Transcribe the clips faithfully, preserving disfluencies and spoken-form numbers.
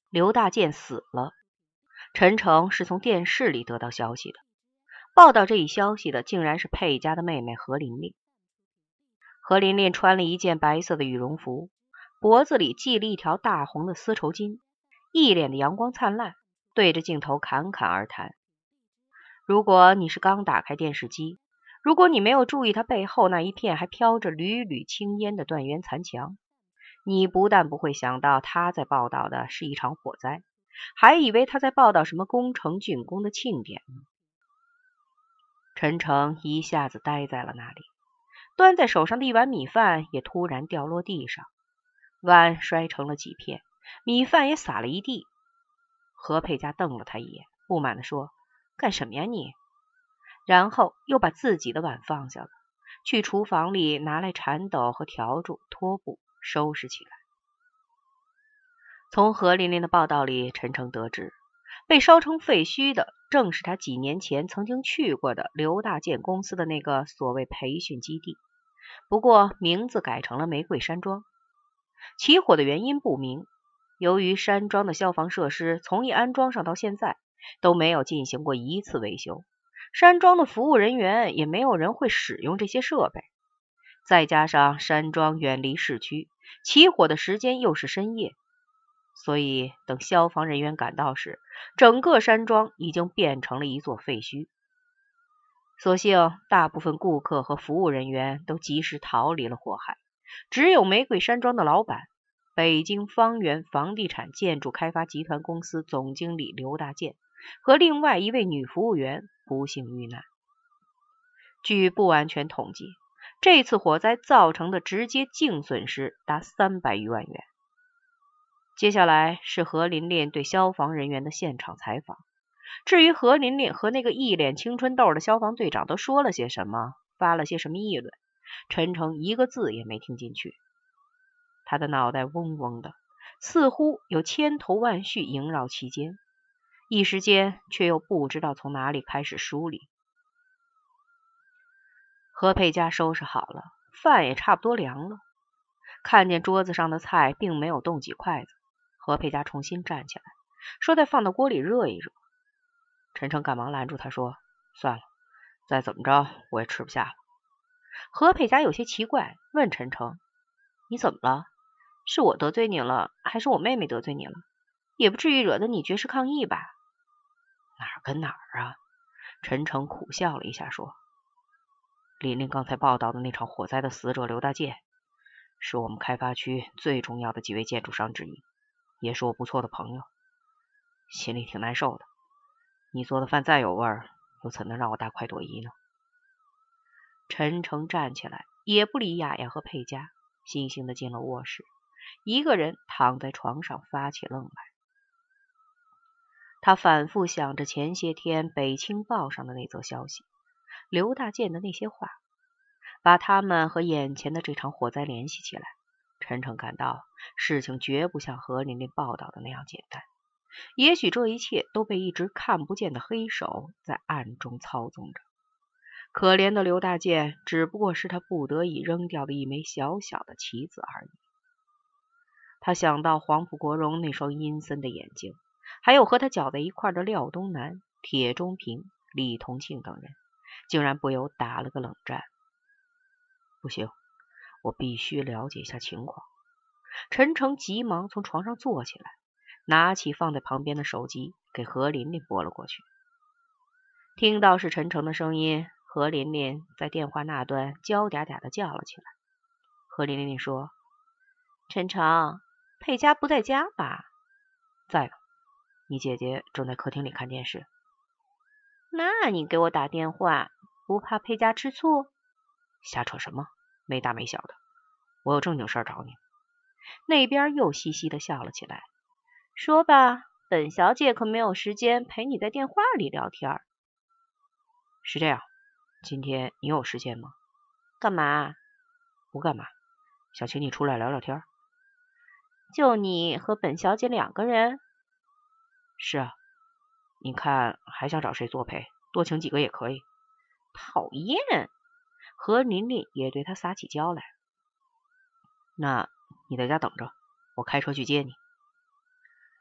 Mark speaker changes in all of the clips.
Speaker 1: 刘大健死了。陈诚是从电视里得到消息的，报道这一消息的竟然是佩家的妹妹何琳琳。何琳琳穿了一件白色的羽绒服，脖子里系了一条大红的丝绸巾，一脸的阳光灿烂，对着镜头侃侃而谈。如果你是刚打开电视机，如果你没有注意她背后那一片还飘着缕缕青烟的断垣残墙，你不但不会想到她在报道的是一场火灾，还以为她在报道什么功成竣工的庆典呢。陈诚一下子呆在了那里，端在手上的一碗米饭也突然掉落地上，碗摔成了几片，米饭也洒了一地。何佩佳瞪了他一眼，不满地说：“干什么呀你？”然后又把自己的碗放下了，去厨房里拿来铲斗和笤帚、拖布收拾起来。从何琳琳的报道里，陈诚得知，被烧成废墟的正是他几年前曾经去过的刘大建公司的那个所谓培训基地，不过名字改成了玫瑰山庄。起火的原因不明，由于山庄的消防设施从一安装上到现在都没有进行过一次维修，山庄的服务人员也没有人会使用这些设备，再加上山庄远离市区，起火的时间又是深夜，所以等消防人员赶到时，整个山庄已经变成了一座废墟。所幸大部分顾客和服务人员都及时逃离了火海，只有玫瑰山庄的老板，北京方圆房地产建筑开发集团公司总经理刘大建和另外一位女服务员不幸遇难。据不完全统计，这次火灾造成的直接净损失达三百余万元。接下来是何琳琳对消防人员的现场采访。至于何琳琳和那个一脸青春痘的消防队长都说了些什么，发了些什么议论，陈诚一个字也没听进去。他的脑袋嗡嗡的，似乎有千头万绪萦绕其间，一时间却又不知道从哪里开始梳理。何佩佳收拾好了，饭也差不多凉了，看见桌子上的菜并没有动几筷子，何佩佳重新站起来，说再放到锅里热一热。陈诚赶忙拦住他说：“算了，再怎么着我也吃不下了。”何佩佳有些奇怪，问陈诚：“你怎么了？是我得罪你了，还是我妹妹得罪你了？也不至于惹得你绝食抗议吧？”哪儿跟哪儿啊？陈诚苦笑了一下说：“琳琳刚才报道的那场火灾的死者刘大健，是我们开发区最重要的几位建筑商之一，也是我不错的朋友，心里挺难受的。你做的饭再有味儿，又怎能让我大快朵颐呢？”陈诚站起来，也不理雅雅和佩佳，悻悻地进了卧室，一个人躺在床上发起愣来。他反复想着前些天北青报上的那则消息，刘大健的那些话，把他们和眼前的这场火灾联系起来。陈诚感到事情绝不像何琳琳报道的那样简单，也许这一切都被一只看不见的黑手在暗中操纵着。可怜的刘大健只不过是他不得已扔掉的一枚小小的棋子而已。他想到黄埔国荣那双阴森的眼睛，还有和他搅在一块的廖东南、铁中平、李同庆等人，竟然不由打了个冷战。不行，我必须了解一下情况。陈诚急忙从床上坐起来，拿起放在旁边的手机给何琳琳拨了过去。听到是陈诚的声音，何琳琳在电话那端娇嗲嗲的叫了起来。何琳琳说：“陈诚，佩佳不在家吧？”“在呢，你姐姐正在客厅里看电视。”“那你给我打电话，不怕佩佳吃醋？”“瞎扯什么，没大没小的，我有正经事儿找你。”那边又嘻嘻的笑了起来。“说吧，本小姐可没有时间陪你在电话里聊天。”“是这样，今天你有时间吗？”“干嘛？”“不干嘛，想请你出来聊聊天。”“就你和本小姐两个人？”“是啊，你看还想找谁作陪？多请几个也可以。”“讨厌！”何琳琳也对他撒起娇来。“那你在家等着，我开车去接你。”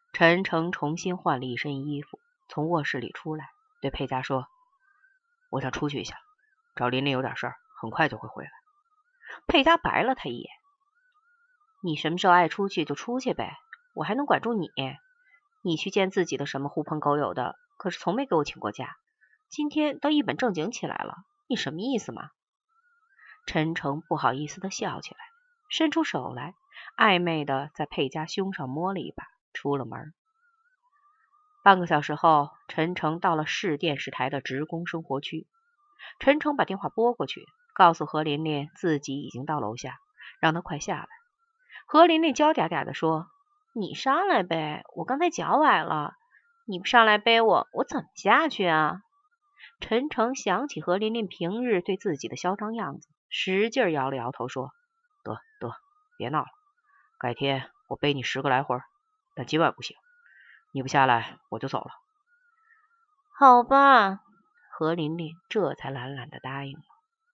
Speaker 1: 陈诚重新换了一身衣服，从卧室里出来，对佩佳说：“我想出去一下，找琳琳有点事儿，很快就会回来。”佩佳白了他一眼：“你什么时候爱出去就出去呗，我还能管住你？你去见自己的什么狐朋狗友的，可是从没给我请过假，今天倒一本正经起来了，你什么意思嘛？”陈诚不好意思的笑起来，伸出手来，暧昧的在佩佳胸上摸了一把，出了门。半个小时后，陈诚到了市电视台的职工生活区。陈诚把电话拨过去，告诉何琳琳自己已经到楼下，让她快下来。何琳琳娇嗲嗲的说：“你上来呗，我刚才脚崴了，你不上来背我，我怎么下去啊？”陈诚想起何琳琳平日对自己的嚣张样子，使劲摇了摇头说：“得得，别闹了，改天我背你十个来回，但今晚不行，你不下来我就走了。”好吧，何琳琳这才懒懒的答应了。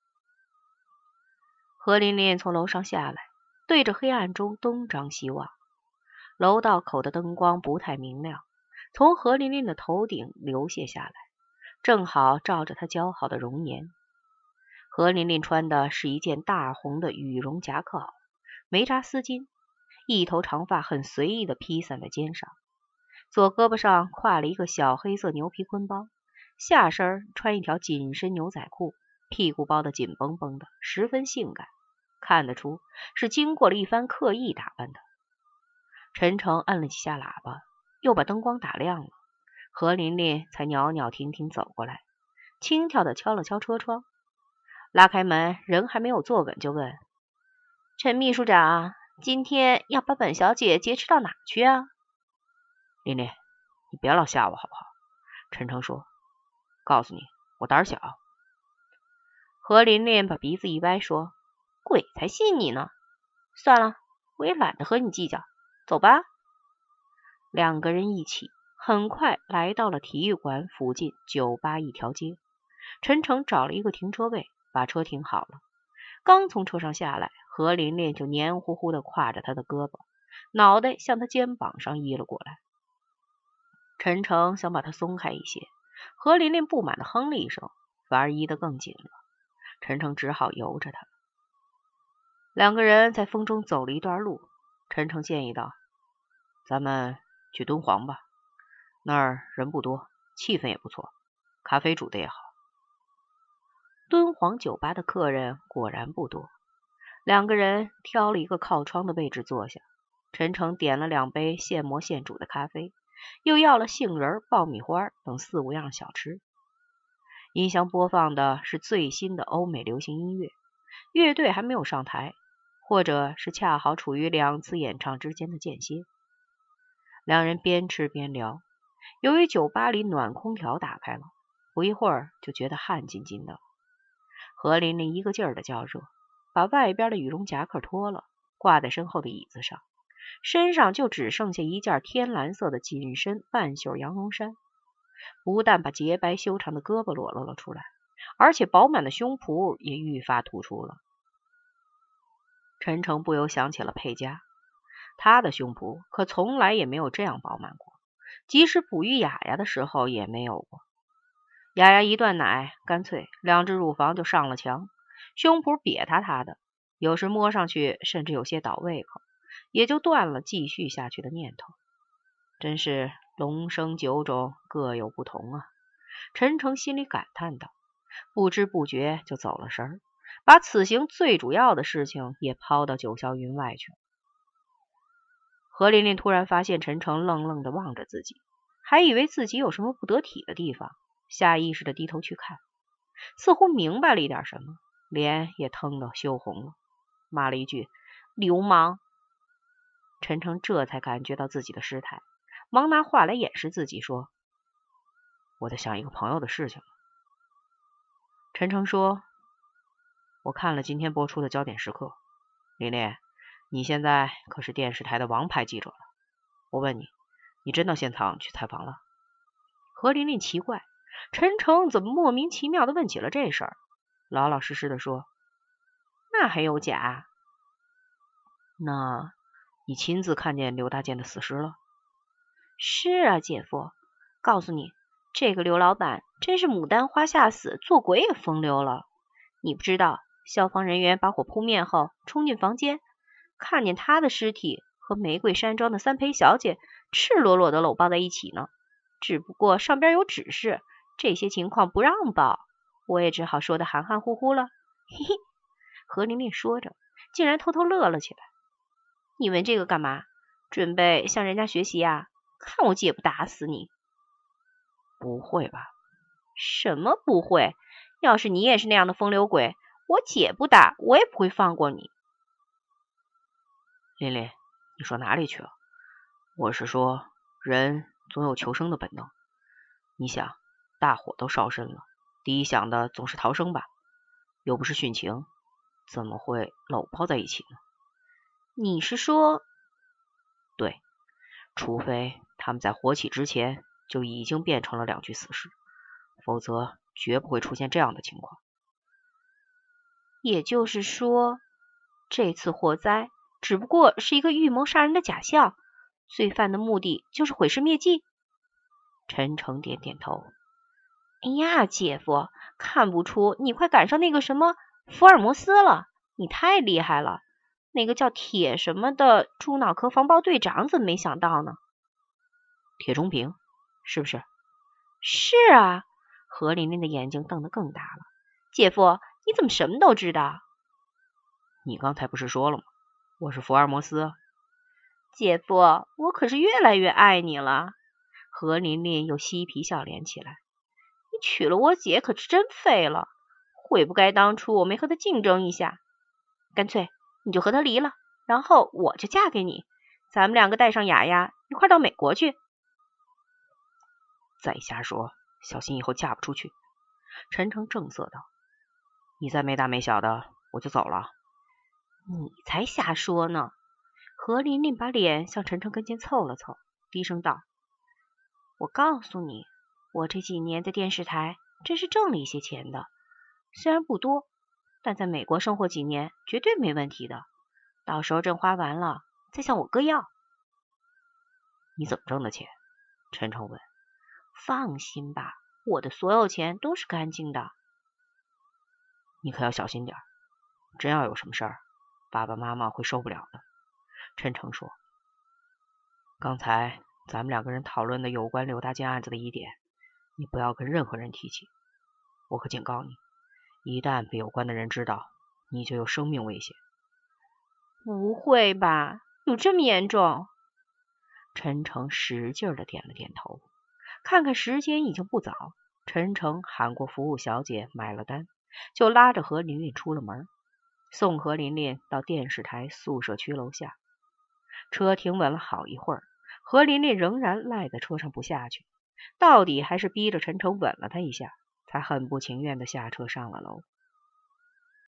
Speaker 1: 何琳琳从楼上下来，对着黑暗中东张西望。楼道口的灯光不太明亮，从何琳琳的头顶流泻下来，正好照着她姣好的容颜。何琳琳穿的是一件大红的羽绒夹克袄，没扎丝巾，一头长发很随意的披散在肩上，左胳膊上挎了一个小黑色牛皮坤包，下身穿一条紧身牛仔裤，屁股包得紧绷绷的，十分性感，看得出是经过了一番刻意打扮的。陈诚按了几下喇叭，又把灯光打亮了，何琳琳才袅袅婷婷走过来，轻佻的敲了敲车窗，拉开门，人还没有坐稳就问：“陈秘书长，今天要把本小姐劫持到哪去啊？”“琳琳，你别老吓我好不好？”陈诚说：“告诉你，我胆小。”何琳琳把鼻子一歪说：“鬼才信你呢！算了，我也懒得和你计较，走吧。”两个人一起很快来到了体育馆附近酒吧一条街。陈诚找了一个停车位，把车停好了，刚从车上下来，何琳琳就黏糊糊的挎着他的胳膊，脑袋向他肩膀上依了过来。陈诚想把他松开一些，何琳琳不满的哼了一声，反而依得更紧了。陈诚只好由着他。两个人在风中走了一段路，陈诚建议道：“咱们去敦煌吧，那儿人不多，气氛也不错，咖啡煮的也好。”敦煌酒吧的客人果然不多，两个人挑了一个靠窗的位置坐下。陈诚点了两杯现磨现煮的咖啡，又要了杏仁、爆米花等四五样小吃。音箱播放的是最新的欧美流行音乐，乐队还没有上台，或者是恰好处于两次演唱之间的间歇。两人边吃边聊，由于酒吧里暖空调打开了，不一会儿就觉得汗津津的。何琳琳一个劲儿的叫热，把外边的羽绒夹克脱了，挂在身后的椅子上，身上就只剩下一件天蓝色的紧身半袖羊绒衫，不但把洁白修长的胳膊裸露了出来，而且饱满的胸脯也愈发突出了。陈诚不由想起了佩佳，她的胸脯可从来也没有这样饱满过，即使哺育雅雅的时候也没有过。雅雅一断奶，干脆两只乳房就上了墙，胸脯瘪塌塌的，有时摸上去甚至有些倒胃口，也就断了继续下去的念头。真是龙生九种，各有不同啊！陈诚心里感叹道，不知不觉就走了神儿，把此行最主要的事情也抛到九霄云外去了。何琳琳突然发现陈诚愣愣地望着自己，还以为自己有什么不得体的地方，下意识地低头去看，似乎明白了一点什么，脸也腾得羞红了，骂了一句流氓。陈诚这才感觉到自己的失态，忙拿话来掩饰自己，说：“我在想一个朋友的事情。”陈诚说：“我看了今天播出的焦点时刻，琳琳，你现在可是电视台的王牌记者了。我问你，你真到现场去采访了？”何琳琳奇怪，陈诚怎么莫名其妙的问起了这事儿，老老实实的说：“那还有假？那你亲自看见刘大健的死尸了？”
Speaker 2: 是啊，姐夫，告诉你，这个刘老板真是牡丹花下死，做鬼也风流了。你不知道，消防人员把火扑灭后，冲进房间，看见他的尸体和玫瑰山庄的三陪小姐赤裸裸的搂抱在一起呢。只不过上边有指示，这些情况不让报，我也只好说的含含糊糊了。嘿嘿，何琳琳说着，竟然偷偷乐了起来。你问这个干嘛？准备向人家学习啊？看我姐不打死你！
Speaker 1: 不会吧？
Speaker 2: 什么不会？要是你也是那样的风流鬼，我姐不打，我也不会放过你。
Speaker 1: 琳琳，你说哪里去了？我是说，人总有求生的本能。你想，大火都烧身了，第一想的总是逃生吧？又不是殉情，怎么会搂抱在一起呢？
Speaker 2: 你是说？
Speaker 1: 对，除非他们在火起之前就已经变成了两具死尸，否则绝不会出现这样的情况。
Speaker 2: 也就是说，这次火灾只不过是一个预谋杀人的假象，罪犯的目的就是毁尸灭迹。
Speaker 1: 陈诚点点头。
Speaker 2: 哎呀，姐夫，看不出你快赶上那个什么福尔摩斯了，你太厉害了。那个叫铁什么的猪脑科防暴队长怎么没想到呢？
Speaker 1: 铁中平，是不是？
Speaker 2: 是啊，何琳琳的眼睛瞪得更大了。姐夫，你怎么什么都知道？
Speaker 1: 你刚才不是说了吗？我是福尔摩斯。
Speaker 2: 姐夫，我可是越来越爱你了。何琳琳又嬉皮笑脸起来。你娶了我姐可是真废了，悔不该当初我没和她竞争一下。干脆你就和他离了，然后我就嫁给你，咱们两个带上雅雅一块到美国去。
Speaker 1: 再瞎说，小心以后嫁不出去。陈诚正色道。你再没大没小的，我就走了。
Speaker 2: 你才瞎说呢。何琳琳把脸向陈诚跟前凑了凑，低声道：我告诉你，我这几年在电视台真是挣了一些钱的，虽然不多，但在美国生活几年绝对没问题的，到时候挣花完了再向我哥要。
Speaker 1: 你怎么挣的钱？陈诚问。
Speaker 2: 放心吧，我的所有钱都是干净的。
Speaker 1: 你可要小心点，真要有什么事儿，爸爸妈妈会受不了的。陈诚说。刚才咱们两个人讨论的有关刘大健案子的疑点，你不要跟任何人提起。我可警告你，一旦被有关的人知道，你就有生命危险。
Speaker 2: 不会吧？有这么严重？
Speaker 1: 陈诚使劲的点了点头。看看时间已经不早，陈诚喊过服务小姐买了单，就拉着何琳琳出了门，送何琳琳到电视台宿舍区楼下。车停稳了好一会儿，何琳琳仍然赖在车上不下去，到底还是逼着陈诚吻了她一下，才很不情愿的下车上了楼。